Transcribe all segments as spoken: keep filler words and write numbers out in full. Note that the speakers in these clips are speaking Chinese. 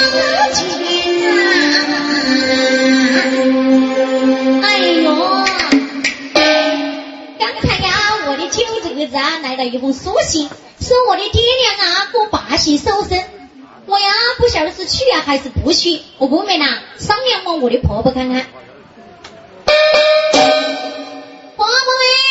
哎呦，刚才呀，我的舅侄子啊来了一封书信，说我的爹娘啊过八旬收身，我呀不晓得是去啊还是不去，我不明啦，商量问我的婆婆看看。婆婆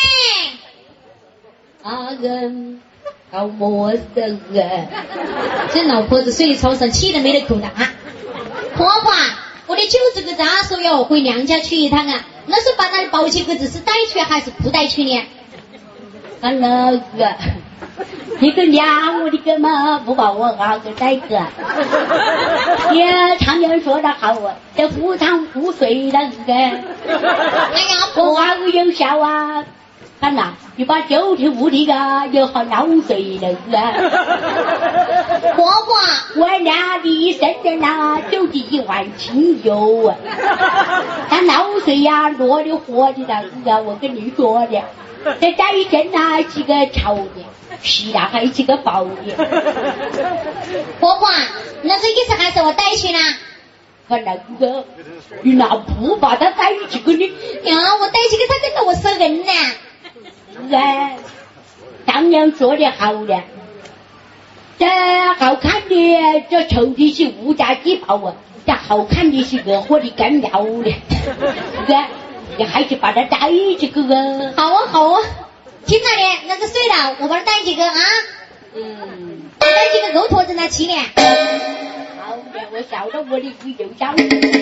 喂，啊人好陌生啊！这老婆子睡床上气得没得口了啊！婆婆，我的舅子个子啊说要回娘家去一趟啊，那是把那宝气个子是带去还是不带去呢？啊那个，你个娘，我的个妈，不把我啊给带个。也常言说的好啊，这夫唱妇随的个。哎呀，婆婆有笑啊。看呐，你把九天无敌啊，有好老岁人啊！婆婆，我俩的生人啊，就几万亲友啊！他老岁呀，落的活的那个，我跟你说的，这带真啊是个朝的，是啊还是个宝的。婆婆，那这意思还是我带去呢？看那个，你拿不把他带去给你呀？我带去给他跟着我生人呢。哎，当然说的好了，这好看的这丑的是无价之宝啊，这好看的是热火的干料的，这你还是把它带这个啊。好啊好啊，听到的，那就睡了，我把它带几个啊。嗯，我带几个肉坨子那去呢。好的，我晓得我的鱼就烧。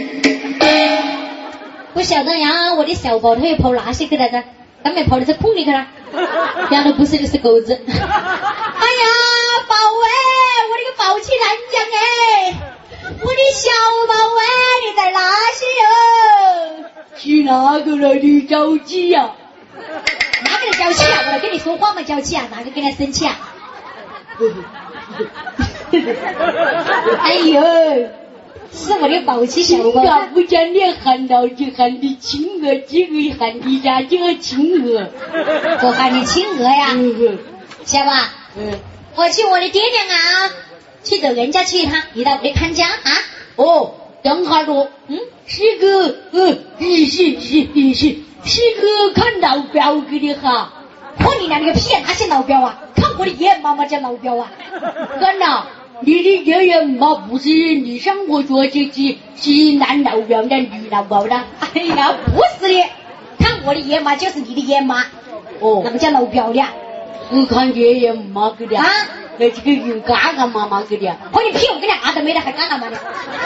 我晓得呀，我的小宝他又跑哪些去来着？刚才跑的是铺里去了，原来不是的是狗子。哎呀，宝哎，我的个宝气南疆哎，我的小宝哎，你在哪些哟？是哪个来的着急呀？哪个着急啊？我来跟你说话嘛，着急啊？哪个跟他生气啊？哎呦！是我的宝气小宝，要不讲你喊到就喊你亲鹅，几个喊你家就亲鹅，我喊你亲鹅呀，嗯，晓得吧？嗯，我去我的爹娘啊，去走人家去一趟，你到我的看家啊。哦，等下咯，嗯，是个，嗯，是是是是是个看老表给的哈。我你俩那个屁哪些老表啊？看我的爷爷妈妈叫老表啊，干呐！你的爷爷妈不是你上过学这是是男老表的女老表的？哎呀，不是的，看我的爷妈就是你的爷妈。哦，那么叫老表的。我看爷爷妈给的啊，那这个有嘎嘎妈妈给的。我你屁，我跟你啊都没得还嘎嘎妈的。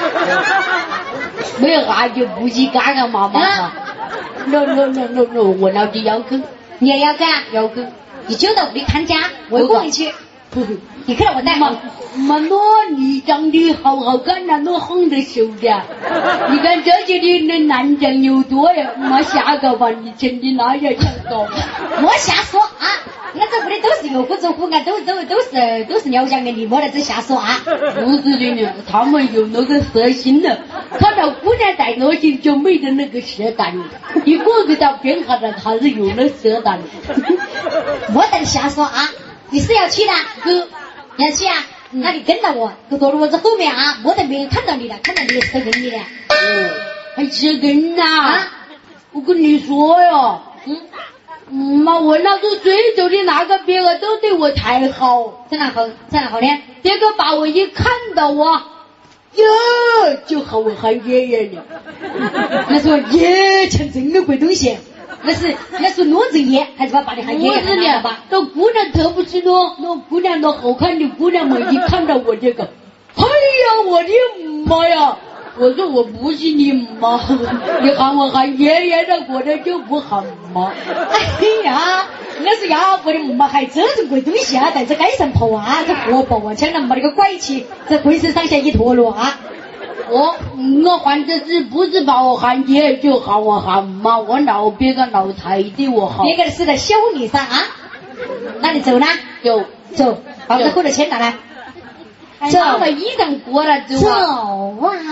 没有啊就不是嘎嘎妈妈啊。no no no no no， 我老弟要跟，你也要跟啊？要跟，你就到我的看家，我过你去。你看我带嘛嘛那你长得好好看呐，那红的手的，你看这些的那南疆有多呀？妈瞎搞吧，你真的那样想搞？莫瞎说啊！那这屋里都是有户走户啊，都都都是都是辽江的，你莫在这瞎说啊！不是的呢，他们有那个色心的，看到姑娘带那些就没得那个色胆，一个个到边上的他是有那色胆。莫在这瞎说啊！你是要去的，哥，你要去啊？嗯、那你跟着我，搁到我这后面啊，我都没人看到你了，看到你是跟你的。哦，还吃根呐、啊？我跟你说哟，嗯，嗯嘛，我那个追走的那个别个都对我太好，在哪好，在哪好呢？这个把我一看到啊，哟，就喊我喊爷爷了。他说爷，像真的鬼东西。那是那是骡子爷，还是把把你喊爷爷喊吧？那姑娘特不是喏，那姑娘那好看的姑娘们一看到我这个，哎呀，我的妈呀！我说我不是你妈，你喊我喊爷爷的，我这就不喊妈。哎呀，那是呀，我的妈还这种鬼东西啊，在这街上跑啊，这活宝啊，将来没那个怪气，这浑身上下一坨了啊！我我反正是不是把我喊爷就喊我喊妈，我老别个老太对我好。别个是在笑你噻啊！那你走呢？走走，把这货的钱拿来。走，把衣裳过了走啊！走啊！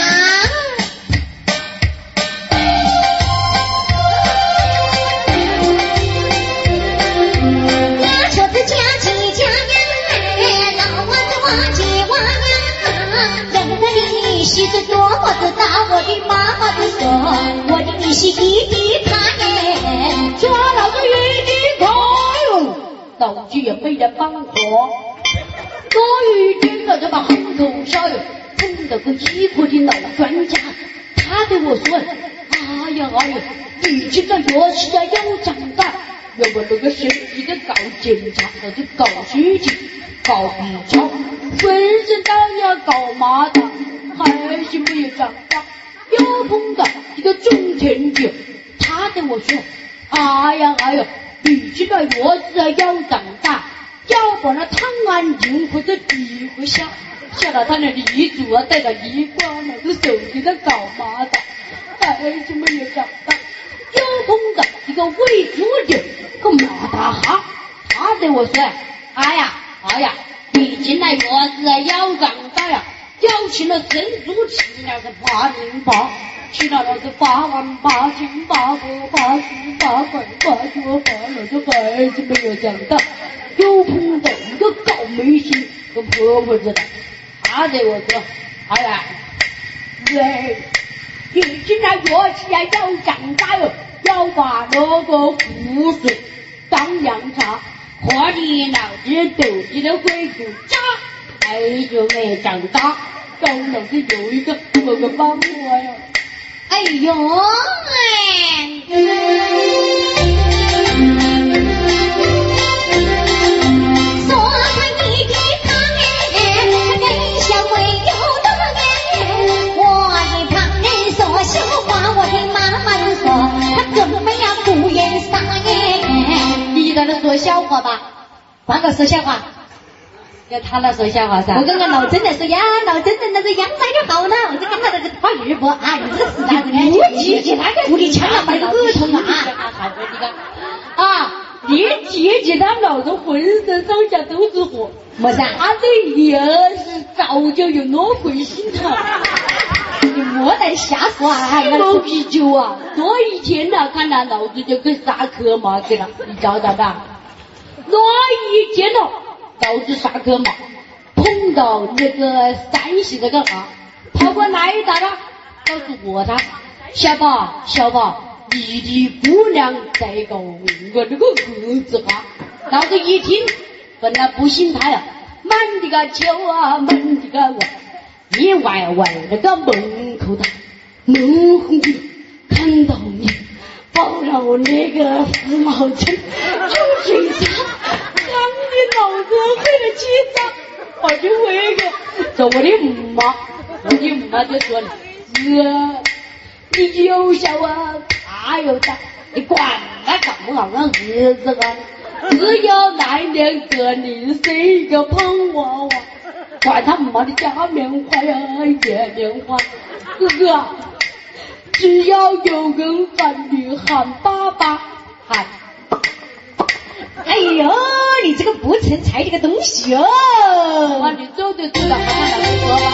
呀，说是家鸡家呀，老娃子娃鸡娃呀，人的喜是多么的大，我的妈妈就说，我的利息一滴卡耶，抓老子一滴卡哟，道具也没人帮我，多余点了这把红头纱哟，碰到个医科的老专家，他对我说，哎呀哎呀，你这个药是要要长大，要不那个身体的搞检查，或者搞虚检，搞 B 超，浑身当要搞麻的，还是没有长大。又碰到一个种田者，他对我说，哎呀哎呀，你这个药是要长大，要把那汤安定或者地不下，下了他那地主啊，带着地瓜呢，都手机在搞麻的，还是没有长大。又碰到一个喂猪的，个马大哈，他对我说，哎呀哎呀，你进来药是要长大呀，要请了神猪吃了是八零八，吃了那是八万八千八百八十八块八九八了，这还是没有长大。又碰到一个搞眉心个婆婆子的，他对我说，哎呀，喂，你进来药是要长大哟，要把那个湖水当凉茶，和你脑子斗鸡的灰骨渣，还就没长大。高老师有一个某个帮我呀，哎呦哎，说他一滴汤哎，他跟小鬼有多哎，我的旁人说笑话，我的妈妈就说他根本呀不言啥哎，你在那说笑话吧，换个说笑话。要他来说笑话噻，我跟个老曾来说呀，老曾的那个洋菜就好了，我就跟他那个跑日播啊，你这个死蛋子，我姐姐那个不理强了，把那个恶童啊，啊，你姐姐他老子浑身上下都是火，没啥，他这脸是早就有魔鬼心肠，你莫来瞎说啊，老啤酒啊，多一天了，看来老子就跟萨克马去了，你找找吧，多一天了。导致啥个嘛？碰到那个山西这个啊，跑过来一打他，告诉我他，小宝小宝，你的姑娘在搞我这个儿子啊！老子一听，本来不信他呀，满的个酒啊，满的个我，一歪歪那个门口的门红的，看到你抱了我那个死毛针，就嘴上。你老子会了气炸，我就回个，说我的妈，我的妈就说了，哥，你幼小啊，他又大，你管他搞不好那儿子啊，只有来年个你生一个胖娃娃，管他妈的假棉花呀，野棉花，哥哥，只要有人喊你喊爸爸，喊。哎呦，你这个不成才这个东西哦！啊，你走就走了，好好来说吧。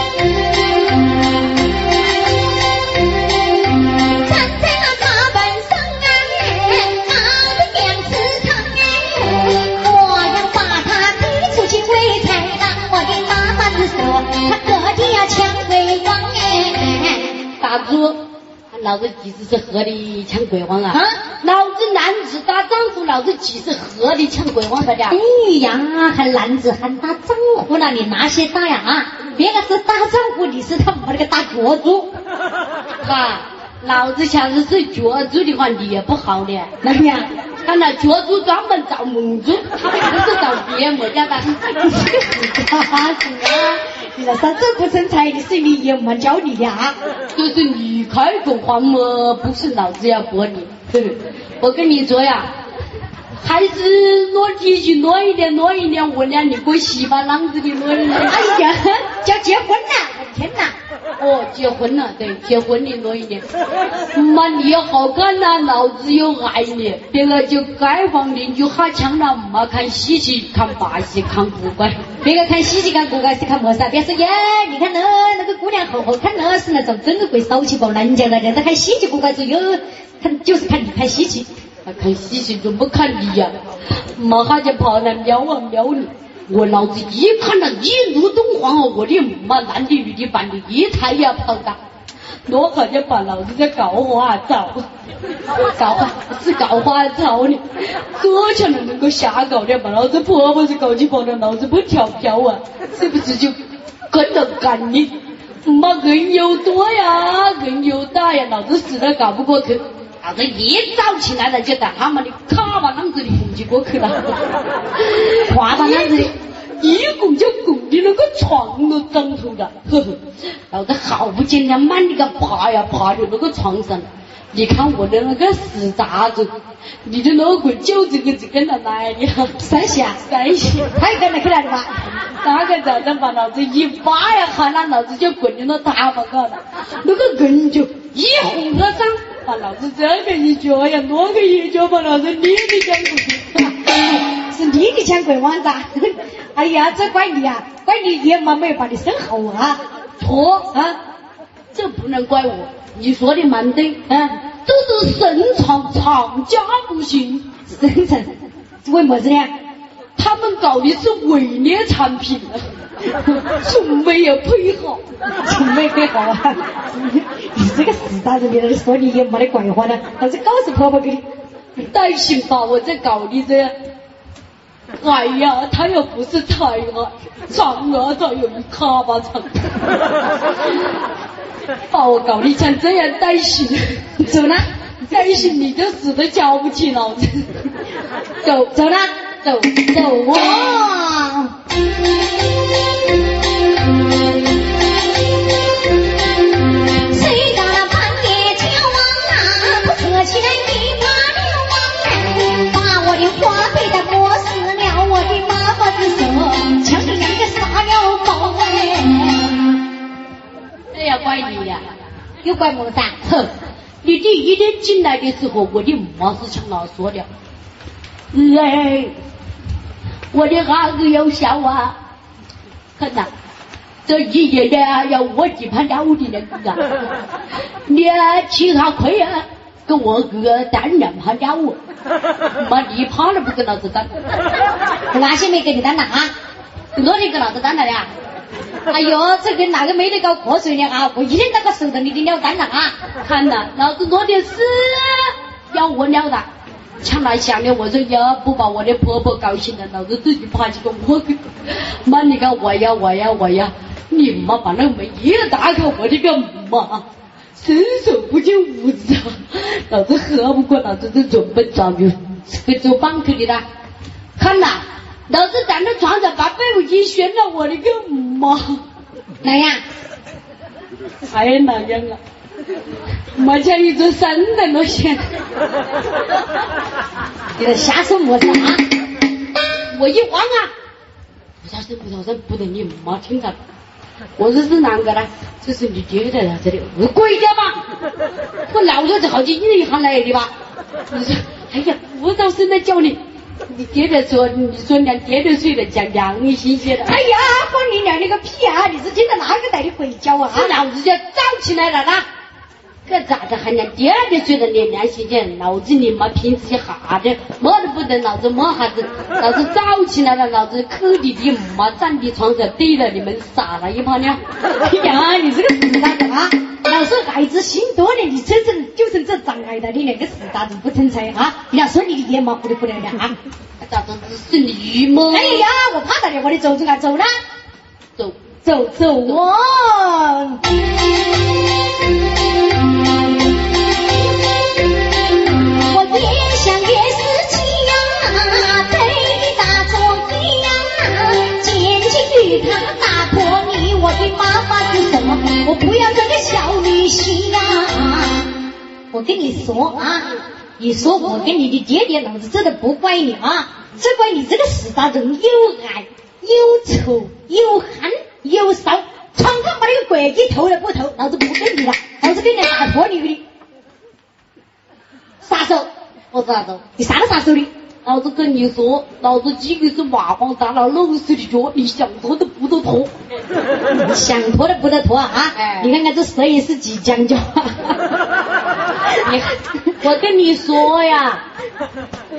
站在那茶板上哎，拿着两匙汤哎，我要把它推出去喂菜了。我的妈妈子说，他个地要抢鬼王哎。大猪。老子几时是合力抢鬼王了？啊！老子男子大丈夫，老子几时合力抢鬼王的了？哎呀，还男子还大丈夫了？你哪些大呀？啊！别个是大丈夫，你是他妈那个大脚猪。哈！老子想是是脚猪的话，你也不好的。那样，看来脚猪专门找母猪，他们不是找别么家的。你这个死家子啊！你那啥这不成才，你是你也没教你的啊！就是你开口还嘛，不是老子要驳你。我跟你说呀，还是挪提起挪一点，挪一点，我俩你给我洗把浪子的挪一点。哎呀，就要结婚了，我的天哪！哦，结婚了，对，结婚的挪一点。妈，你好看呐、啊，老子又爱你。别个就街坊邻居哈抢了，妈看稀奇，看把戏，看古怪。别个看稀奇看古怪是看么啥？别说耶，你看那那个姑娘好好看，那是那种真的会骚气包男家的人，在看稀奇古怪就有看，就是看你看稀奇。看稀奇怎么看你呀、啊？妈哈就跑来瞄啊瞄你， 我老子一看到一路东皇哦，我的妈，男的女的扮的一抬也跑的，我好像把老子在搞花草，搞花是搞花草呢，这才能能够瞎搞的，把老子婆婆是搞起跑的，老子不跳票啊，是不是就跟着干你？妈人又多呀，人又大呀，老子死都搞不过去。老子一早起来了就在他们的卡巴浪子里拱起过去了，卡巴浪子里一拱就拱的那个床都长出了，呵呵，老子好不简单，慢的个爬呀爬到那个床上。你看我的那个死杂子，你的老鬼就这个只跟到哪里啊？三喜啊，三喜，太跟得起来了吧？那个早上把老子一扒呀，喊那老子就滚进了大巴高了，那个人就一哄而上，把老子这个一脚呀，那个一脚把老子捏的像鬼，是捏的像鬼王子。哎呀，这怪你啊，怪你爷妈没有把你生好啊，错啊，这不能怪我。你说的蛮对啊，这是生产厂家不行，生产为么子呢？他们搞的是伪劣产品啊，从没有配好，从没配好啊！你这个死大子，你在这说你也没得怪话呢，老子告诉婆婆给你，担心把我这搞的这。哎呀，他又不是菜啊，长啊，他有一卡巴长，把我搞得像这样担心，走了，担心你就死得瞧不起老子，走走了，走走啊！谁到了半夜叫啊，不扯起来一把流氓，把我的花背的磨死了，我的妈妈的手像你两个傻了狗哎！这要怪你呀，又怪我啥？哼！你第一天进来的时候，我的妈是向哪说的？哎，我的孩子有小啊，看呐，这一夜的要我几盘了的那个啊，你其他亏啊，跟我哥单两盘了我，妈你怕了不跟老子单？那些没给你单了啊？我你跟老子单了呀？哎呦，这跟那个没得搞瞌睡的啊！我一天到个守着你的鸟单了啊！看呐，老子多的是要我鸟的。抢来想的，我说要不把我的婆婆高兴了，老子自己爬起个我去。妈，你看我呀我呀我呀，你妈把那门一打开，我这个妈伸手不见五指啊！老子喝不过，老子就准备找个去做bank去的。看呐，老子站在床上把被褥巾掀了，我的个妈！哪样？还哪样啊？妈像一座山在那些，你在瞎说么子啊？我一慌啊，不小心不小心不等你妈听着，我说是哪个呢？这是你爹在这里，我跪着吧，我老早就好几年一行来的吧。你说，哎呀，我早生在叫你。你爹爹说，你说娘爹爹睡的讲讲你新鲜的。哎呀，管你娘那个屁啊！你是听到哪个带的鬼叫啊？老子就早起来了啦。这咋子还娘爹爹睡的娘娘新鲜？老子你妈平时哈的摸都不得，老子摸哈子，老子早起来了，老子去你的妈站的床上对了你们傻了一泡尿。哎呀，你这个死大子啊！老说孩子心多的，你真正就是这长矮的，你两个死大子不成才啊！你要说你的爷妈不得不得的啊！咋子是你吗？哎呀，我怕到了，我的走走啊，走啦，走走走哦！我越想越是气呀，对你打作一样，捡起鱼汤打破你我的妈妈是什么？我不要这个小女婿呀！我跟你说啊，你说我跟你的爹爹，老子真的不怪你啊，这怪你这个死大人，又矮又丑又憨又骚，常常把那个鬼给投了不投，老子不跟你了，老子跟你打破你的杀手，我杀手，你杀了杀手的。老子跟你说，老子几个是麻黄扎了漏死的脚，你想脱都不得脱，你想脱都不得脱啊！哎、你看看这摄影师几讲究，你我跟你说呀，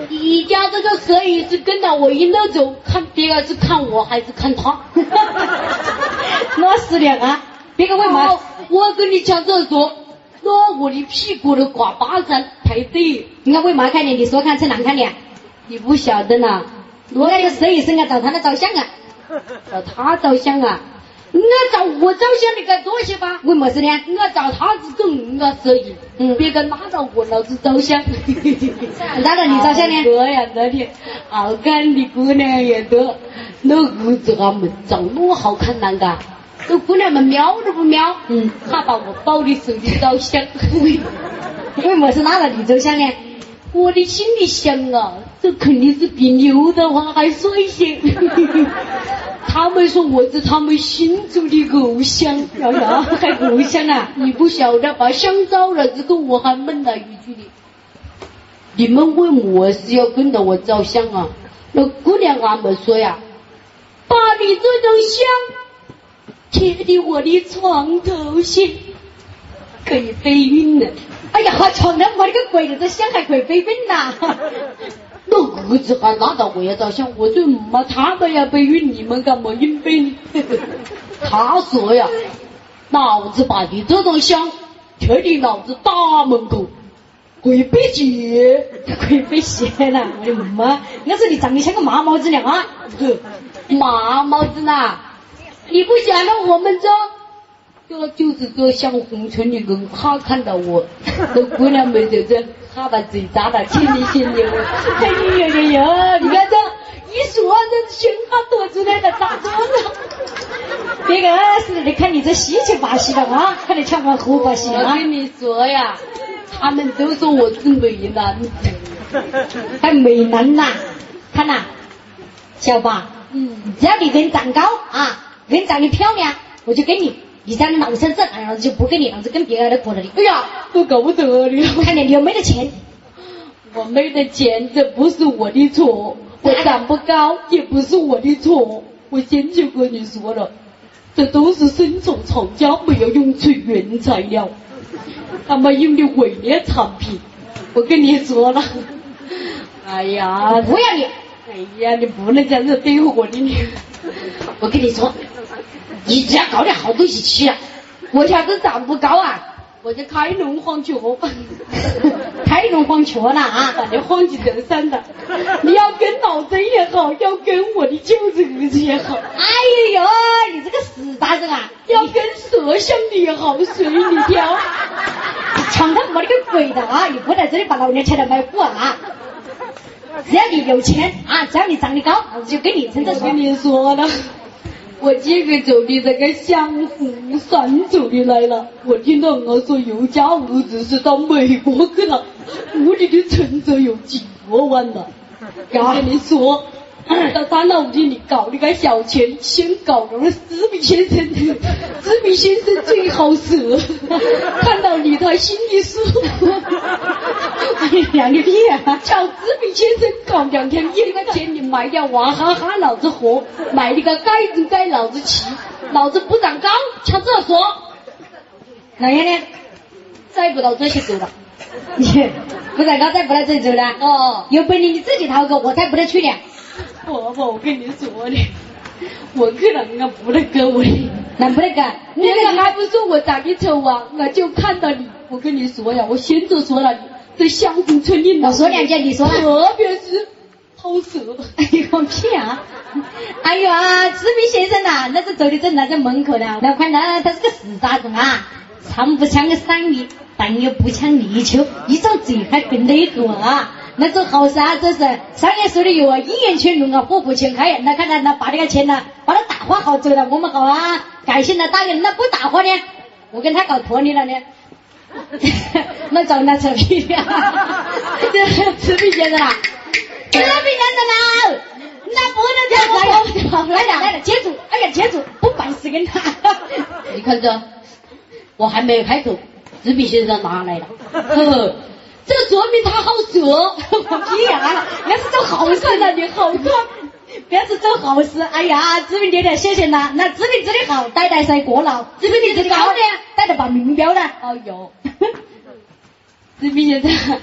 你家这个摄影师跟到我一路走，看别人是看我还是看他？ 我是的啊，别个为嘛？ 我跟你讲这说，那我的屁股都挂巴掌排队。 你看为嘛看的？你说看成难看的？ 你不晓得呢。 我那个摄影师啊，找他那照相啊， 找他照相啊。我找我照相你该多些吧？ 为么事呢？ 我找他是跟我摄影，嗯，别个拉到我老子照相， 拉到你照相呢？ 这样的的，好看的姑娘也多，那屋子他们长那好看那个，那姑娘们瞄都不瞄，嗯，他把我抱的手机照相， 为么是拉到你照相呢？ 我的心里想啊，这肯定是比刘德华还帅些。他们说我是他们心中的偶像， 瑶瑶还偶像啊！ 你不晓得把香招了之后，我还问了一句的，你们问我是要跟着我照相啊？那姑娘俺们说呀，把你这张相贴在我的床头先，可以飞晕了。 哎呀，床头我那个鬼的，这香还可以飞晕呐！ 那儿子还拉到我要照相，我说妈他们要被晕，你们干嘛晕飞呢？他说呀，老子把你这张相贴你老子大门口，会被劫， 会被劫了！我的妈！我说你长得像个麻毛子呢啊！ 麻毛子呢？你不晓得我们这。这就是这像红村的人，他看到我，这姑娘们就这，他把嘴扎到千里千里。哎呀呀呀！你看这一说这胸哈多出来的大桌子， 别个是你看你这稀奇把戏了啊，看你唱完胡把戏啊！ 我跟你说呀，他们都说我是美男子， 还美男呐，看呐，小八， 嗯， 只要你人长高啊，人长得漂亮，我就给你。你长得老身正，然后就不跟你，老子跟别人的过了你。 哎呀，都搞不得了！ 看你你又没得钱， 我没得钱，这不是我的错。我长不高也不是我的错。我先就跟你说了，这都是生产厂家没有用出原材料，他们用的伪劣产品。我跟你说了，哎呀， 不要你！ 哎呀，你不能这样子对我的你。我跟你说。你只要搞点好东西吃啊！我条子长不高啊，我就开龙黄雀， 开龙黄雀了啊， 把那黄金人山的。你要跟老曾也好，要跟我的舅子儿子也好。 哎呦，你这个死大人啊！ 要跟麝香的也好，随你挑。 床头没那个鬼的啊！你不在这里把老娘钱来买货啊！只要你有钱啊，只要你长得高，我就给你。 我跟你说了。我这个走的这个湘湖山走的来了，我听到我说有家儿子是到美国去了，屋里的存折有几百万了。我跟你说，到他那屋里搞那个小钱，先搞到了知名先生，知名先生最好舍，看到你他心里舒服。 两个屁啊！ 叫知名先生搞两天，一个钱你买掉娃哈哈老子活，买那个盖子盖老子骑，老子不长高，抢厕所。 哪样呢？ 再不到这些走了。 你不长高再不来这里走了？ 哦， 有本领你自己掏个，我才不得去呢。 婆婆，我跟你说的，我可能啊不得跟我的， 那不得跟， 别人还不说我长得丑啊，我就看到你，我跟你说呀，我先就说了你。在湘湖村里， 我说两句，你说了， 特别是偷蛇， 哎呦屁啊！哎呦啊，知名先生呐、啊，那是走的正在这门口的，我看他他是个死渣子啊，长不像个山米，但又不像泥鳅，一张嘴还跟得多啊！那做好事啊，这是商业手里有啊，一言全龙啊，火不全开。那看他那把这个钱呢，把他打花好走了，我们好啊，感谢他大人，那不打花呢，我跟他搞脱离了呢。那找那扯皮的，这吃皮先生啦，吃皮先生啦，那不能这样来了，来了来了，接住，哎呀接住，不办事跟他。 你看着，我还没有开口，纸笔先生拿来了，呵，这说明他好蛇， 我屁呀，那是做好事的，你好看。不要是做好事，哎呀，知名点点谢谢啦。那知名治理好，代代赛过劳，知名治理好的，带着把名标的。 哦哟，知名先生，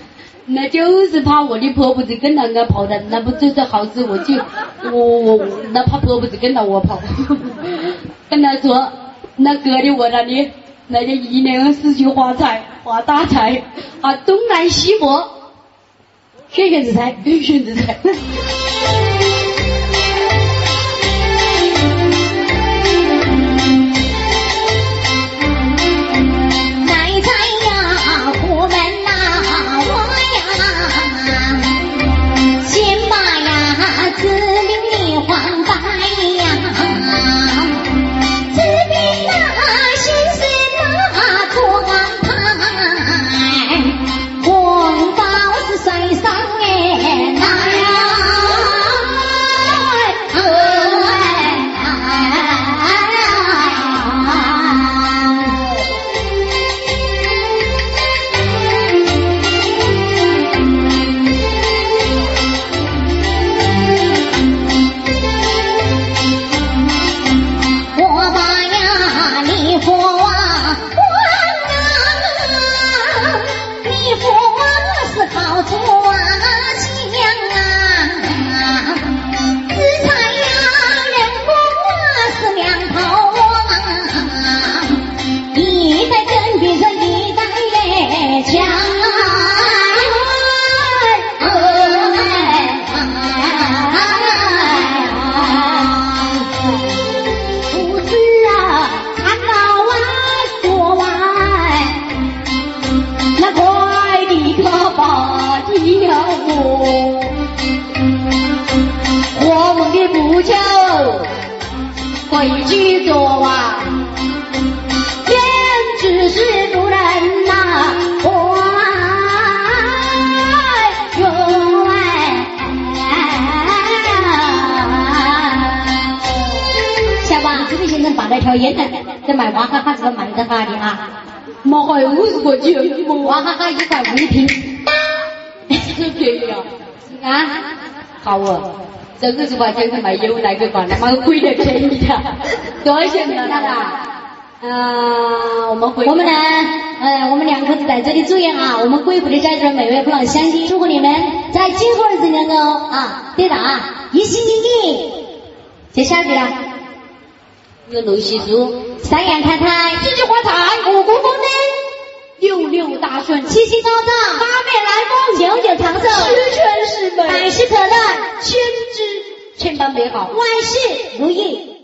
那就是怕我的婆婆子跟那个跑的，那不就是好事？我就我我那怕婆婆子跟到我跑，跟他说那哥的我那里那就一年四季发财发大财啊，东南西北选选子财，选子财。回去做啊，简直是不人呐！哎呦哎！小王，这个先生办了条烟的，在卖娃哈哈，这个卖得哈的啊，毛还有五十块钱，娃哈哈一块五一瓶，这便宜啊！啊，好哦。这二十块钱去买油来个管他妈贵的便宜的，多少钱呢？啊，我们回我们呢，呃，我们两口子在这里祝愿啊，我们贵府的家人每位父老乡亲，祝福你们在今后日子能够啊，对的啊，一心一意。接下去了，有路西书，三阳开泰，四季花财，五谷丰登，六六大顺，七七高照，八面来风，九九长寿，十全十美，百事可乐，千之千般美好，万事如意。